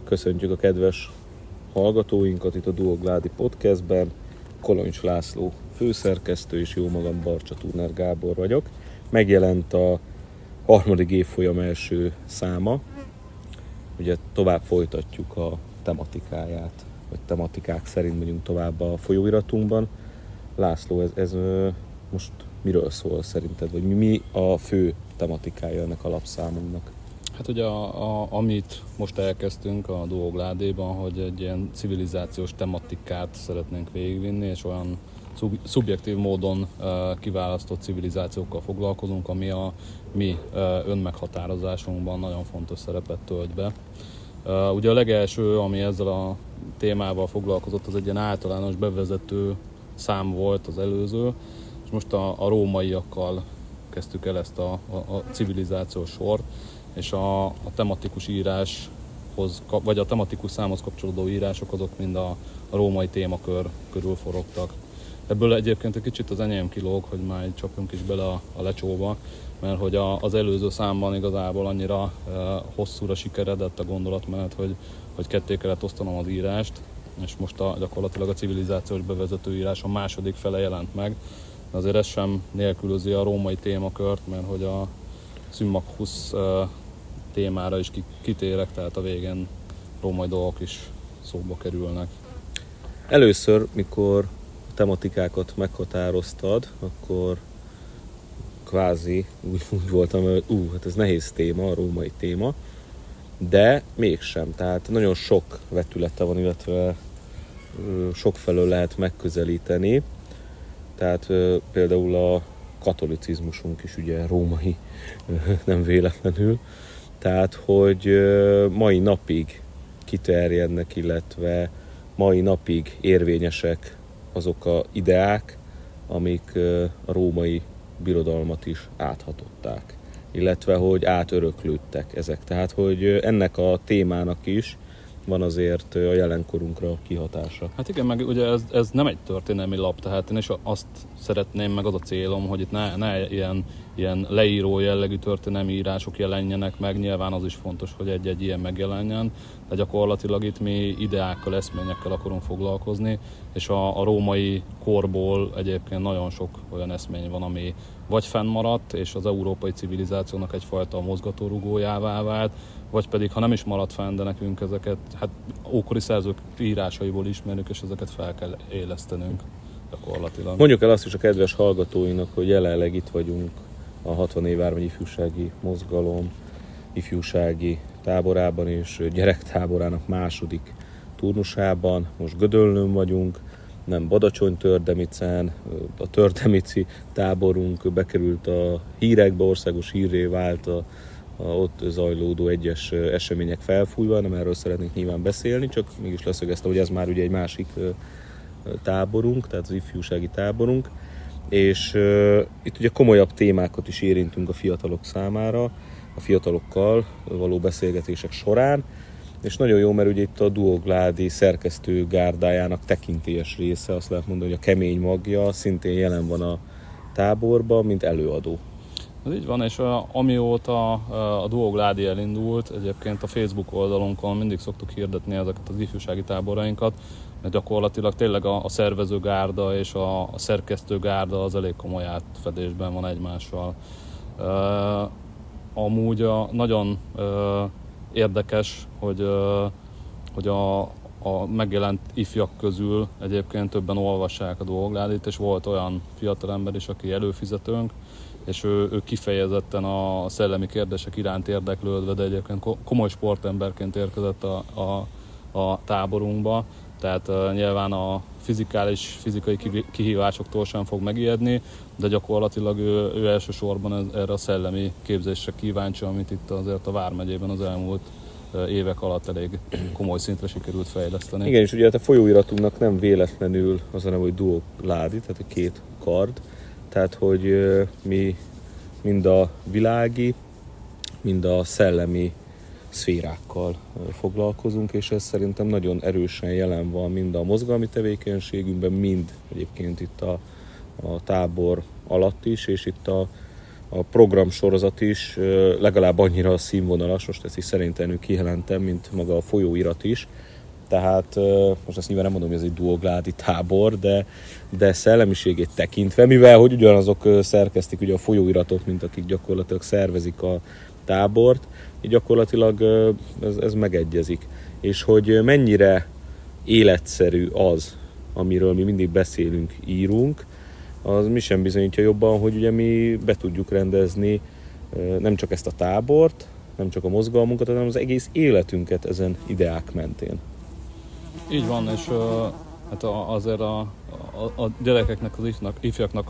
Köszöntjük a kedves hallgatóinkat itt a Duogládi Podcastben. Koloncs László főszerkesztő és jó magam Barcsa Turner Gábor vagyok. Megjelent a harmadik évfolyam első száma. Ugye tovább folytatjuk a tematikáját, vagy tematikák szerint megyünk tovább a folyóiratunkban. László, ez most miről szól szerinted, vagy mi a fő tematikája ennek a lapszámunknak? Hát ugye amit most elkezdtünk a Duogládéban, hogy egy ilyen civilizációs tematikát szeretnénk végigvinni, és olyan szubjektív módon kiválasztott civilizációkkal foglalkozunk, ami a mi önmeghatározásunkban nagyon fontos szerepet tölt be. Ugye a legelső, ami ezzel a témával foglalkozott, az egy ilyen általános bevezető szám volt, az előző, és most a rómaiakkal kezdtük el ezt a civilizációs sort, és a tematikus íráshoz, vagy a tematikus számhoz kapcsolódó írások azok mind a római témakör körül forogtak. Ebből egyébként egy kicsit az enyém kilóg, hogy már csapjunk is bele a lecsóba, mert hogy az előző számban igazából annyira hosszúra sikeredett a gondolatmenet, hogy ketté kellett osztanom az írást, és most gyakorlatilag a civilizációs bevezető írás a második fele jelent meg. De azért ez sem nélkülözi a római témakört, mert hogy a Symmachus témára is kitérek, tehát a végén római dolgok is szóba kerülnek. Először, mikor a tematikákat meghatároztad, akkor kvázi úgy voltam, hogy hát ez nehéz téma, a római téma, de mégsem. Tehát nagyon sok vetülete van, illetve sokfelől lehet megközelíteni. Tehát például a katolicizmusunk is ugye római, nem véletlenül. Tehát, hogy mai napig kiterjednek, illetve mai napig érvényesek azok az ideák, amik a római birodalmat is áthatották, illetve hogy átöröklődtek ezek. Tehát, hogy ennek a témának is van azért a jelenkorunkra kihatása. Hát igen, meg ugye ez nem egy történelmi lap, tehát én is azt szeretném, meg az a célom, hogy itt ne ilyen leíró jellegű történelmi írások jelenjenek meg, nyilván az is fontos, hogy egy ilyen megjelenjen, de gyakorlatilag itt mi ideákkal, eszményekkel akarunk foglalkozni, és a római korból egyébként nagyon sok olyan eszmény van, ami vagy fennmaradt, és az európai civilizációnak egyfajta mozgatórugójává vált, vagy pedig, ha nem is maradt fenn, de nekünk ezeket ókori szerzők írásaiból ismerjük, és ezeket fel kell élesztenünk gyakorlatilag. Mondjuk el azt is a kedves hallgatóinak, hogy jelenleg itt vagyunk a 60 évvármegyi ifjúsági mozgalom ifjúsági táborában és gyerektáborának második turnusában. Most Gödöllőn vagyunk, nem Badacsony-Tördemicen. A tördemici táborunk bekerült a hírekbe, országos hírré vált a ott zajlódó egyes események felfújva, nem erről szeretnénk nyilván beszélni, csak mégis leszögeztem, hogy ez már ugye egy másik táborunk, tehát az ifjúsági táborunk, és itt ugye komolyabb témákat is érintünk a fiatalok számára, a fiatalokkal való beszélgetések során, és nagyon jó, mert ugye itt a Duogládi szerkesztő gárdájának tekintélyes része, azt lehet mondani, hogy a kemény magja szintén jelen van a táborban, mint előadó. Ez így van, és amióta a Duogládi elindult, egyébként a Facebook oldalunkon mindig szoktuk hirdetni ezeket az ifjúsági táborainkat, mert gyakorlatilag tényleg a szervezőgárda és a szerkesztőgárda az elég komoly átfedésben van egymással. Amúgy nagyon érdekes, hogy a megjelent ifjak közül egyébként többen olvassák a Duogládit, és volt olyan fiatalember is, aki előfizetőnk, és ő kifejezetten a szellemi kérdések iránt érdeklődve, de egyébként komoly sportemberként érkezett a táborunkba, tehát nyilván a fizikai kihívásoktól sem fog megijedni, de gyakorlatilag ő elsősorban erre a szellemi képzésre kíváncsi, amit itt azért a Vármegyében az elmúlt évek alatt elég komoly szintre sikerült fejleszteni. Igen, és ugye a folyóiratunknak nem véletlenül az a neve, hogy Duogládi, tehát a két kard, tehát hogy mi mind a világi, mind a szellemi szférákkal foglalkozunk, és ez szerintem nagyon erősen jelen van mind a mozgalmi tevékenységünkben, mind egyébként itt a tábor alatt is, és itt a a programsorozat is legalább annyira színvonalas, most ezt is szerintem kijelentem, mint maga a folyóirat is. Tehát most azt nyilván nem mondom, hogy ez egy duogládi tábor, de szellemiségét tekintve, mivel hogy ugyanazok szerkesztik ugye a folyóiratot, mint akik gyakorlatilag szervezik a tábort, így gyakorlatilag ez megegyezik. És hogy mennyire életszerű az, amiről mi mindig beszélünk, írunk, az mi sem bizonyítja jobban, hogy ugye mi be tudjuk rendezni nem csak ezt a tábort, nem csak a mozgalmunkat, hanem az egész életünket ezen ideák mentén. Így van, és hát azért a gyerekeknek, az ifjaknak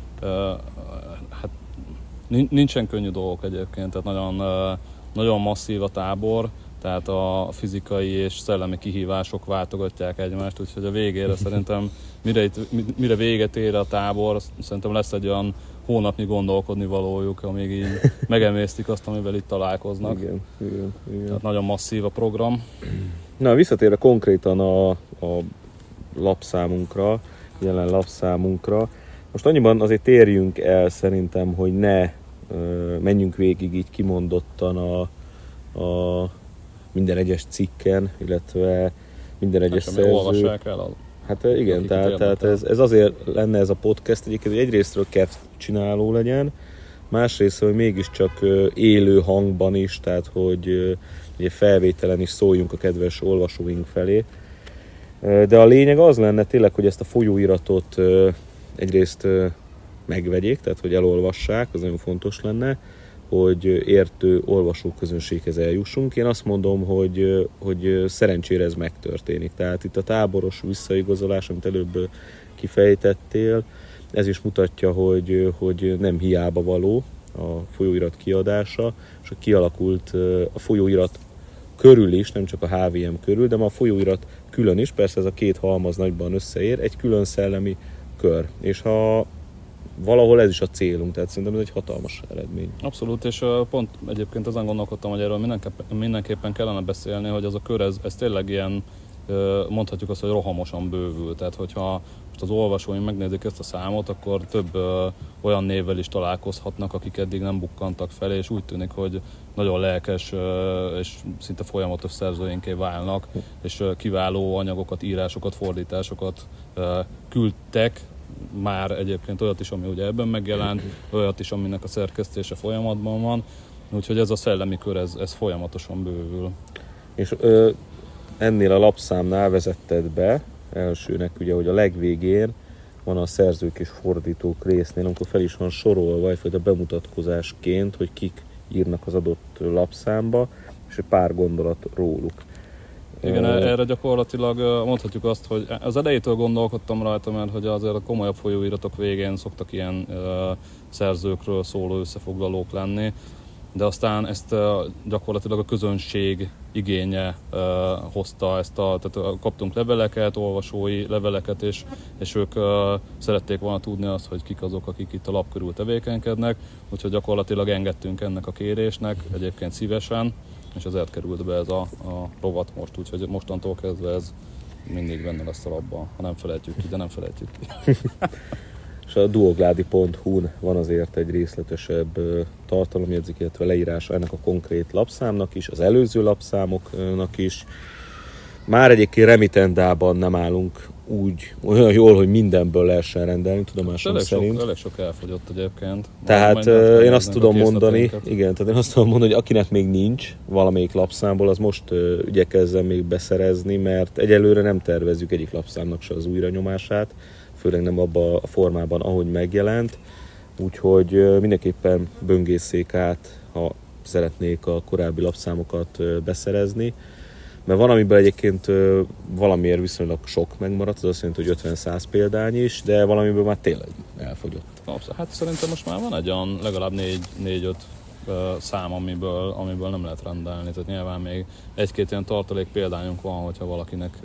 hát nincsen könnyű dolgok egyébként, tehát nagyon masszív a tábor, tehát a fizikai és szellemi kihívások váltogatják egymást, úgyhogy a végére szerintem, mire véget ér a tábor, szerintem lesz egy olyan hónapnyi gondolkodni valójuk, amíg így megemésztik azt, amivel itt találkoznak. Igen. Tehát nagyon masszív a program. Na, visszatérve konkrétan a lapszámunkra, jelen lapszámunkra, most annyiban azért térjünk el szerintem, hogy ne menjünk végig így kimondottan a minden egyes cikken, illetve minden egyes szerző. Olvassák el. Hát igen, tehát ez azért lenne ez a podcast egyébként, hogy egyrésztről csináló legyen, másrészt, hogy mégiscsak élő hangban is, tehát hogy ugye felvételen is szóljunk a kedves olvasóink felé. De a lényeg az lenne tényleg, hogy ezt a folyóiratot egyrészt megvegyék, tehát hogy elolvassák, az nagyon fontos lenne, hogy értő olvasóközönséghez eljussunk. Én azt mondom, hogy szerencsére ez megtörténik. Tehát itt a táboros visszaigazolás, amit előbb kifejtettél, ez is mutatja, hogy nem hiába való a folyóirat kiadása, és kialakult a folyóirat körül is, nem csak a HVM körül, de ma a folyóirat külön is, persze ez a két halmaz nagyban összeér, egy külön szellemi kör. És ha valahol ez is a célunk, tehát szerintem ez egy hatalmas eredmény. Abszolút, és pont egyébként azon gondolkodtam, hogy erről mindenképpen kellene beszélni, hogy az a kör, ez tényleg ilyen, mondhatjuk azt, hogy rohamosan bővül. Tehát hogyha most az olvasóim megnézik ezt a számot, akkor több olyan névvel is találkozhatnak, akik eddig nem bukkantak fel, és úgy tűnik, hogy nagyon lelkes és szinte folyamatos szerzőinké válnak, és kiváló anyagokat, írásokat, fordításokat küldtek, már egyébként olyat is, ami ugye ebben megjelent, olyat is, aminek a szerkesztése folyamatban van, úgyhogy ez a szellemi kör, ez folyamatosan bővül. És ennél a lapszámnál vezetted be elsőnek, ugye, hogy a legvégén van a szerzők és fordítók résznél, amikor fel is van sorolva egyfajta bemutatkozásként, hogy kik írnak az adott lapszámba, és egy pár gondolat róluk. Igen, erre gyakorlatilag mondhatjuk azt, hogy az elejétől gondolkodtam rajta, mert hogy azért a komolyabb folyóiratok végén szoktak ilyen szerzőkről szóló összefoglalók lenni, de aztán ezt gyakorlatilag a közönség igénye hozta, tehát kaptunk leveleket, olvasói leveleket, és ők szerették volna tudni azt, hogy kik azok, akik itt a lap körül tevékenykednek, úgyhogy gyakorlatilag engedtünk ennek a kérésnek, egyébként szívesen, és ezért került be ez a rovat most, úgyhogy mostantól kezdve ez mindig benne lesz a labban, ha nem felejtjük ki, de nem felejtjük ki. És a duogládi.hu-n van azért egy részletesebb tartalomjegyzék, illetve leírása ennek a konkrét lapszámnak is, az előző lapszámoknak is. Már egyébként remitendában nem állunk olyan jól, hogy mindenből lehessen rendelni, tudomásom szerint. Elég sok elfogyott egyébként. Tehát én azt tudom mondani, hogy akinek még nincs valamelyik lapszámból, az most igyekezzen még beszerezni, mert egyelőre nem tervezzük egyik lapszámnak se az újranyomását, főleg nem abban a formában, ahogy megjelent. Úgyhogy mindenképpen böngészék át, ha szeretnék a korábbi lapszámokat beszerezni. Mert van, amiből egyébként valamiért viszonylag sok megmaradt, az azt jelenti, hogy 50-100 példány is, de valamiből már tényleg elfogyott. Hát szerintem most már van egy olyan legalább 4-5 szám, amiből nem lehet rendelni. Tehát nyilván még egy-két ilyen tartalék példányunk van, hogyha valakinek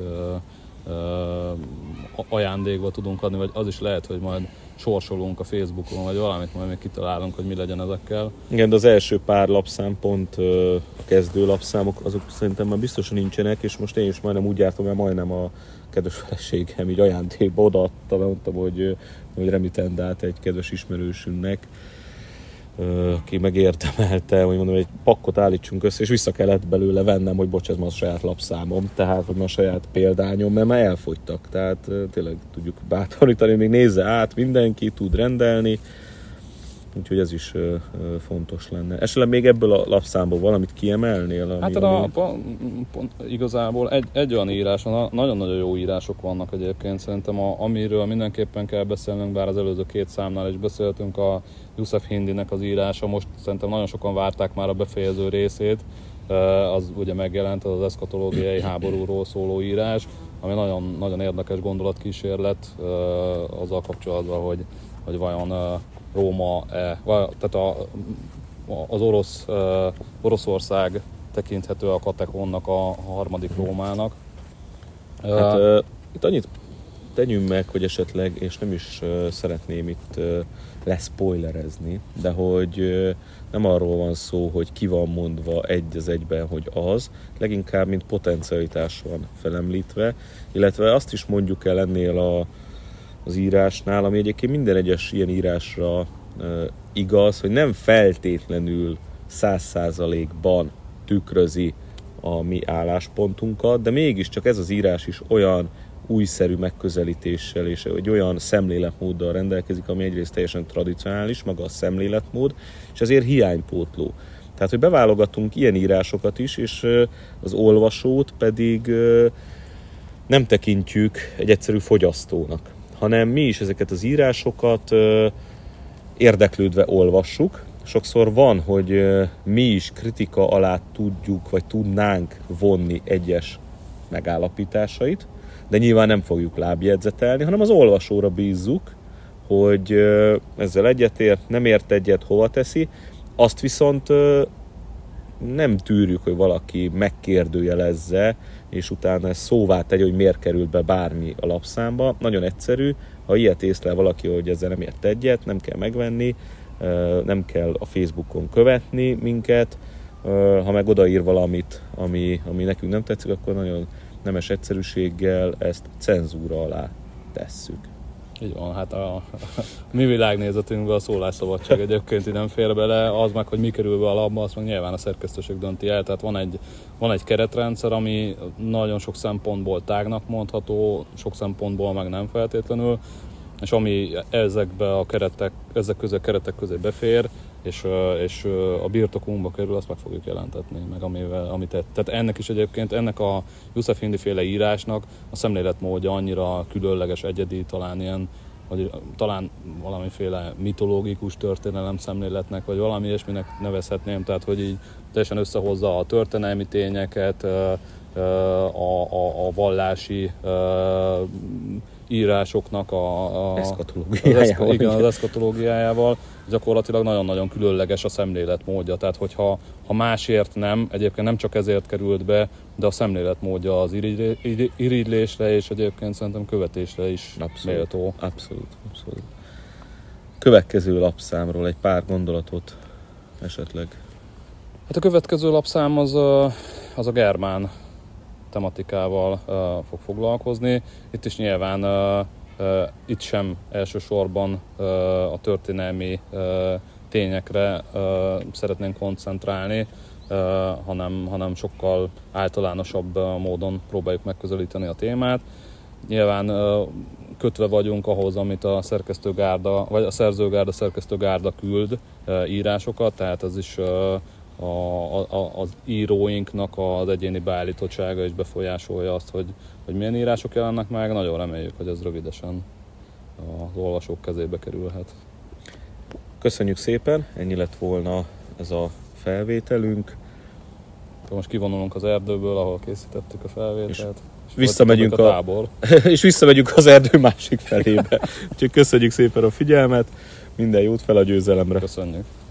ajándékba tudunk adni, vagy az is lehet, hogy majd sorsolunk a Facebookon, vagy valamit majd még kitalálunk, hogy mi legyen ezekkel. Igen, de az első pár lapszám, pont a kezdő lapszámok, azok szerintem már biztosan nincsenek, és most én is majdnem úgy jártam, mert majdnem a kedves feleségem így ajándékba odaadta, mert mondtam, hogy remittendát egy kedves ismerősünknek. aki megérdemelte, hogy mondom, egy pakkot állítsunk össze, és vissza kellett belőle vennem, hogy bocs, ez ma a saját lapszámom, tehát hogy ma a saját példányom, mert már elfogytak, tehát tényleg tudjuk bátorítani, még nézze át, mindenki tud rendelni, úgyhogy ez is fontos lenne. Esetleg még ebből a lapszámból valamit kiemelnél? Hát igazából egy olyan írás, nagyon-nagyon jó írások vannak egyébként, szerintem amiről mindenképpen kell beszélnünk, bár az előző 2 számnál is beszéltünk, a Youssef Hindinek az írása, most szerintem nagyon sokan várták már a befejező részét, az ugye megjelent, az eszkatológiai háborúról szóló írás, ami nagyon, nagyon érdekes gondolatkísérlet azzal kapcsolatban, hogy vajon Róma, tehát az Oroszország tekinthető a Katekonnak a harmadik Rómának. Hát itt annyit tegyünk meg, hogy esetleg, és nem is szeretném itt leszpoilerezni, de hogy nem arról van szó, hogy ki van mondva egy az egyben, hogy az, leginkább mint potencialitás van felemlítve, illetve azt is mondjuk el ennél az írásnál, ami egyébként minden egyes ilyen írásra igaz, hogy nem feltétlenül 100%-ban tükrözi a mi álláspontunkat, de mégiscsak ez az írás is olyan újszerű megközelítéssel és egy olyan szemléletmóddal rendelkezik, ami egyrészt teljesen tradicionális, maga a szemléletmód, és ezért hiánypótló. Tehát, hogy beválogatunk ilyen írásokat is, és az olvasót pedig nem tekintjük egy egyszerű fogyasztónak, hanem mi is ezeket az írásokat érdeklődve olvassuk. Sokszor van, hogy mi is kritika alá tudjuk, vagy tudnánk vonni egyes megállapításait, de nyilván nem fogjuk lábjegyzetelni, hanem az olvasóra bízzuk, hogy ezzel egyetért, nem ért egyet, hova teszi. Azt viszont nem tűrjük, hogy valaki megkérdőjelezze, és utána ezt szóvá tegye, hogy miért került be bármi a lapszámba. Nagyon egyszerű, ha ilyet észlel valaki, hogy ezzel nem ért egyet, nem kell megvenni, nem kell a Facebookon követni minket, ha meg odaír valamit, ami nekünk nem tetszik, akkor nagyon nemes egyszerűséggel ezt cenzúra alá tesszük. Így van, hát a mi világnézetünkben a szólásszabadság egyébként így nem fér bele, az meg, hogy mi kerül be a labba, azt meg nyilván a szerkesztőség dönti el, tehát van egy keretrendszer, ami nagyon sok szempontból tágnak mondható, sok szempontból meg nem feltétlenül, és ami ezek keretek közé befér, és a birtokunkba kerül, azt meg fogjuk jelentetni, meg tehát ennek is egyébként, ennek a Youssef Hindi féle írásnak a szemléletmódja annyira különleges, egyedi, talán valamiféle mitológikus történelem szemléletnek, vagy valami ilyesminek nevezhetném, tehát hogy így teljesen összehozza a történelmi tényeket, a vallási írásoknak az eszkatológiájával, gyakorlatilag nagyon-nagyon különleges a szemléletmódja. Tehát, hogyha másért nem, egyébként nem csak ezért került be, de a szemléletmódja az irigylésre és egyébként szerintem követésre is méltó. Abszolút. Következő lapszámról egy pár gondolatot esetleg. Hát a következő lapszám az a germán tematikával fog foglalkozni. Itt is nyilván itt sem elsősorban a történelmi tényekre szeretnénk koncentrálni, hanem sokkal általánosabb módon próbáljuk megközelíteni a témát. Nyilván kötve vagyunk ahhoz, amit a szerkesztőgárda, vagy a szerzőgárda küld írásokat, tehát ez is az íróinknak az egyéni beállítottsága is befolyásolja azt, hogy milyen írások jelennek meg. Nagyon reméljük, hogy ez rövidesen az olvasók kezébe kerülhet. Köszönjük szépen, ennyi lett volna ez a felvételünk. Most kivonulunk az erdőből, ahol készítettük a felvételt. És visszamegyünk a tábor. És visszamegyünk az erdő másik felébe. Úgyhogy köszönjük szépen a figyelmet, minden jót fel a győzelemre. Köszönjük.